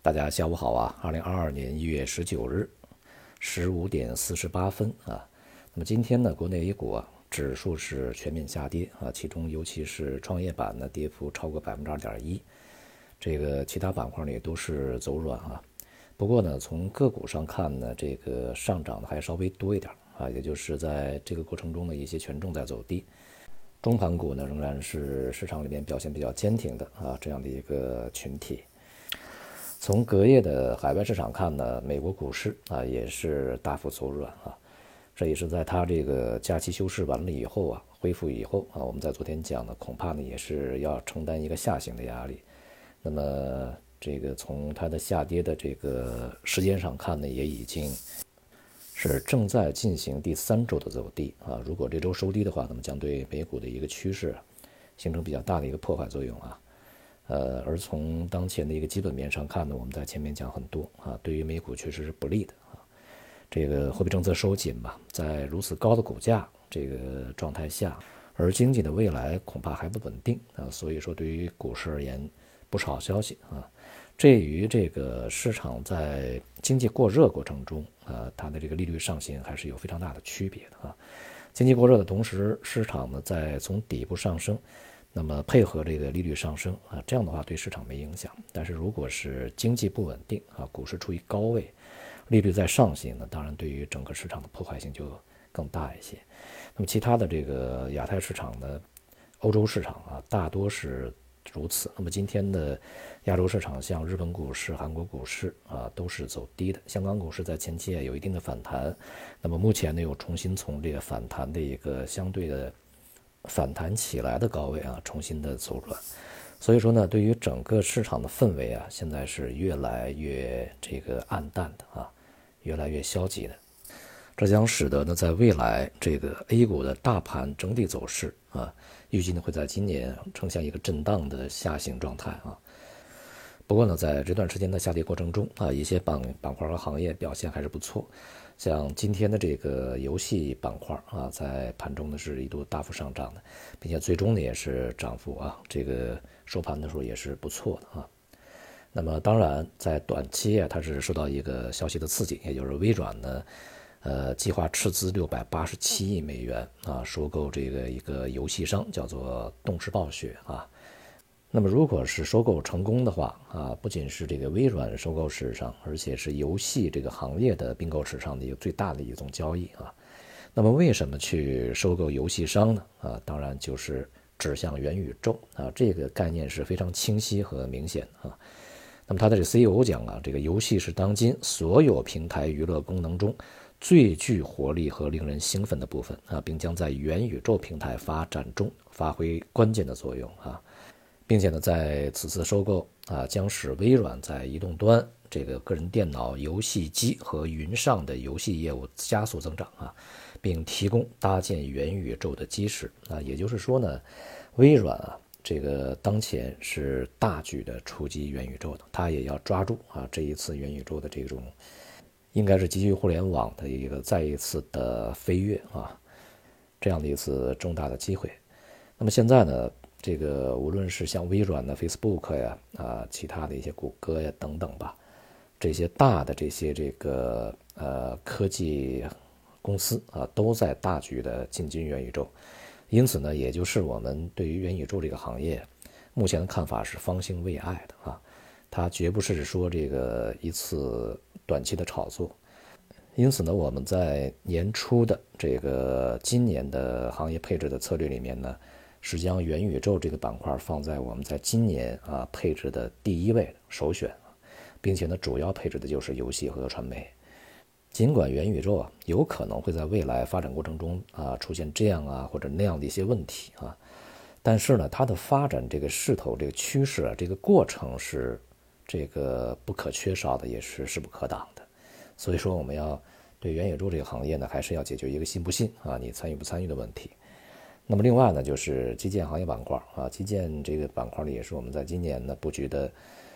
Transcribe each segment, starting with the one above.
大家下午好啊！2022年1月19日15点48分啊。那么今天呢，国内 A 股指数是全面下跌啊，其中尤其是创业板呢跌幅超过2.1%，这个其他板块呢也都是走软啊。不过呢，从个股上看呢，这个上涨的还稍微多一点啊，也就是在这个过程中呢，一些权重在走低。中盘股呢仍然是市场里面表现比较坚挺的啊，这样的一个群体。从隔夜的海外市场看呢，美国股市也是大幅走软啊，这也是在它这个假期休市完了以后恢复以后我们在昨天讲的，恐怕呢也是要承担一个下行的压力。那么这个从它的下跌的这个时间上看呢，也已经是正在进行第3周的走低啊。如果这周收低的话，那么将对美股的一个趋势形成比较大的一个破坏作用啊。而从当前的一个基本面上看呢，我们在前面讲很多啊，对于美股确实是不利的啊。这个货币政策收紧吧，在如此高的股价这个状态下，而经济的未来恐怕还不稳定啊，所以说对于股市而言，不是好消息啊。这与这个市场在经济过热过程中它的这个利率上行还是有非常大的区别的啊。经济过热的同时，市场呢在从底部上升。那么配合这个利率上升这样的话对市场没影响。但是如果是经济不稳定股市处于高位，利率在上行呢，当然对于整个市场的破坏性就更大一些。那么其他的这个亚太市场呢，欧洲市场大多是如此。那么今天的亚洲市场，像日本股市、韩国股市都是走低的。香港股市在前期有一定的反弹，那么目前呢又重新从这个反弹的一个相对的反弹起来的高位重新的走软。所以说呢，对于整个市场的氛围现在是越来越这个暗淡的越来越消极的。这将使得呢，在未来这个 A 股的大盘整体走势预计呢会在今年呈现一个震荡的下行状态不过呢，在这段时间的下跌过程中一些板块和行业表现还是不错。像今天的这个游戏板块在盘中呢是一度大幅上涨的，并且最终呢也是涨幅这个收盘的时候也是不错的那么当然在短期它是受到一个消息的刺激，也就是微软呢计划斥资687亿美元收购这个一个游戏商，叫做动视暴雪那么如果是收购成功的话不仅是这个微软收购史上，而且是游戏这个行业的并购史上的一个最大的一种交易那么为什么去收购游戏商呢当然就是指向元宇宙这个概念是非常清晰和明显那么他的这 CEO 讲这个游戏是当今所有平台娱乐功能中最具活力和令人兴奋的部分并将在元宇宙平台发展中发挥关键的作用并且呢，在此次收购将使微软在移动端这个个人电脑、游戏机和云上的游戏业务加速增长并提供搭建元宇宙的基石也就是说呢，微软这个当前是大举的出击元宇宙的，它也要抓住这一次元宇宙的这种应该是基于互联网的一个再一次的飞跃这样的一次重大的机会。那么现在呢，这个无论是像微软的 Facebook 其他的一些谷歌等等吧，这些大的这些这个科技公司都在大举的进军元宇宙。因此呢，也就是我们对于元宇宙这个行业目前的看法是方兴未艾的它绝不是说这个一次短期的炒作。因此呢，我们在年初的这个今年的行业配置的策略里面呢，是将元宇宙这个板块放在我们在今年配置的第1位的首选并且呢主要配置的就是游戏和传媒。尽管元宇宙有可能会在未来发展过程中出现这样或者那样的一些问题但是呢它的发展这个势头这个趋势这个过程是这个不可缺少的，也是势不可挡的。所以说我们要对元宇宙这个行业呢，还是要解决一个信不信你参与不参与的问题。那么另外呢，就是基建行业板块基建这个板块里也是我们在今年呢布局的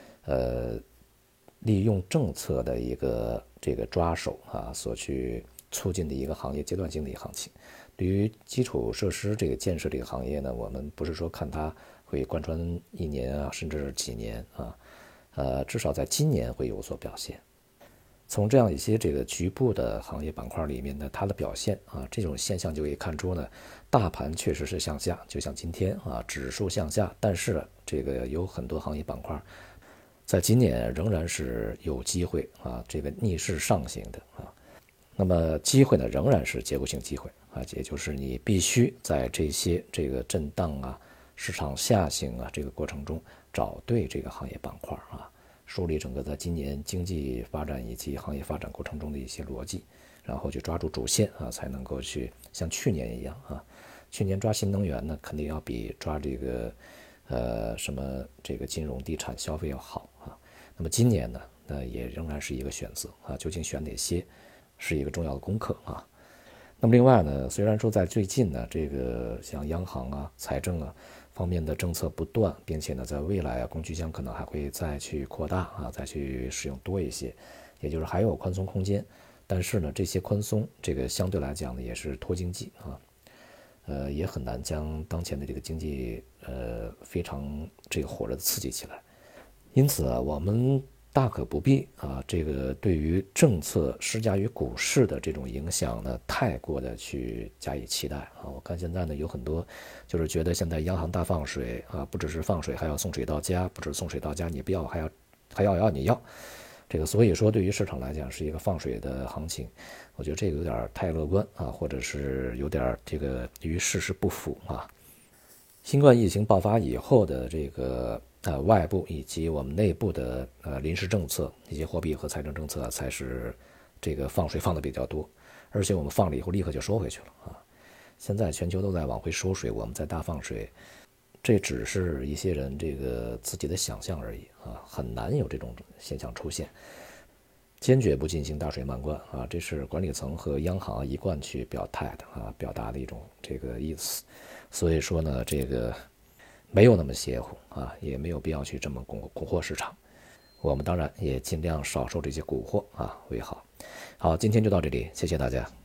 利用政策的一个这个抓手所去促进的一个行业阶段性的一个行情。对于基础设施这个建设这个行业呢，我们不是说看它会贯穿1年甚至几年至少在今年会有所表现。从这样一些这个局部的行业板块里面呢，它的表现啊，这种现象就可以看出呢，大盘确实是向下，就像今天啊，指数向下，但是这个有很多行业板块在今年仍然是有机会啊，这个逆势上行的啊。那么机会呢，仍然是结构性机会啊，也就是你必须在这些这个震荡啊、市场下行啊这个过程中，找对这个行业板块啊。梳理整个在今年经济发展以及行业发展过程中的一些逻辑，然后去抓住主线啊，才能够去像去年一样啊。去年抓新能源呢，肯定要比抓这个什么这个金融、地产、消费要好啊。那么今年呢，也仍然是一个选择啊，究竟选哪些，是一个重要的功课啊。那么另外呢，虽然说在最近呢，这个像央行啊、财政啊方面的政策不断，并且呢，在未来啊，工具箱可能还会再去扩大啊，再去使用多一些，也就是还有宽松空间。但是呢，这些宽松这个相对来讲呢，也是拖经济啊，也很难将当前的这个经济非常这个火热的刺激起来。因此啊，我们大可不必啊，这个对于政策施加于股市的这种影响呢，太过的去加以期待啊。我看现在呢有很多就是觉得现在央行大放水啊，不只是放水，还要送水到家，不只是送水到家，你不要还要你要，这个所以说对于市场来讲是一个放水的行情，我觉得这个有点太乐观啊，或者是有点这个与事实不符啊。新冠疫情爆发以后的这个外部以及我们内部的临时政策，一些货币和财政政策才是这个放水放的比较多，而且我们放了以后立刻就收回去了啊。现在全球都在往回收水，我们在大放水，这只是一些人这个自己的想象而已啊，很难有这种现象出现。坚决不进行大水漫灌啊，这是管理层和央行一贯去表态的啊，表达的一种这个意思。所以说呢，这个没有那么邪乎啊，也没有必要去这么蛊惑市场。我们当然也尽量少受这些蛊惑啊为好。好，今天就到这里，谢谢大家。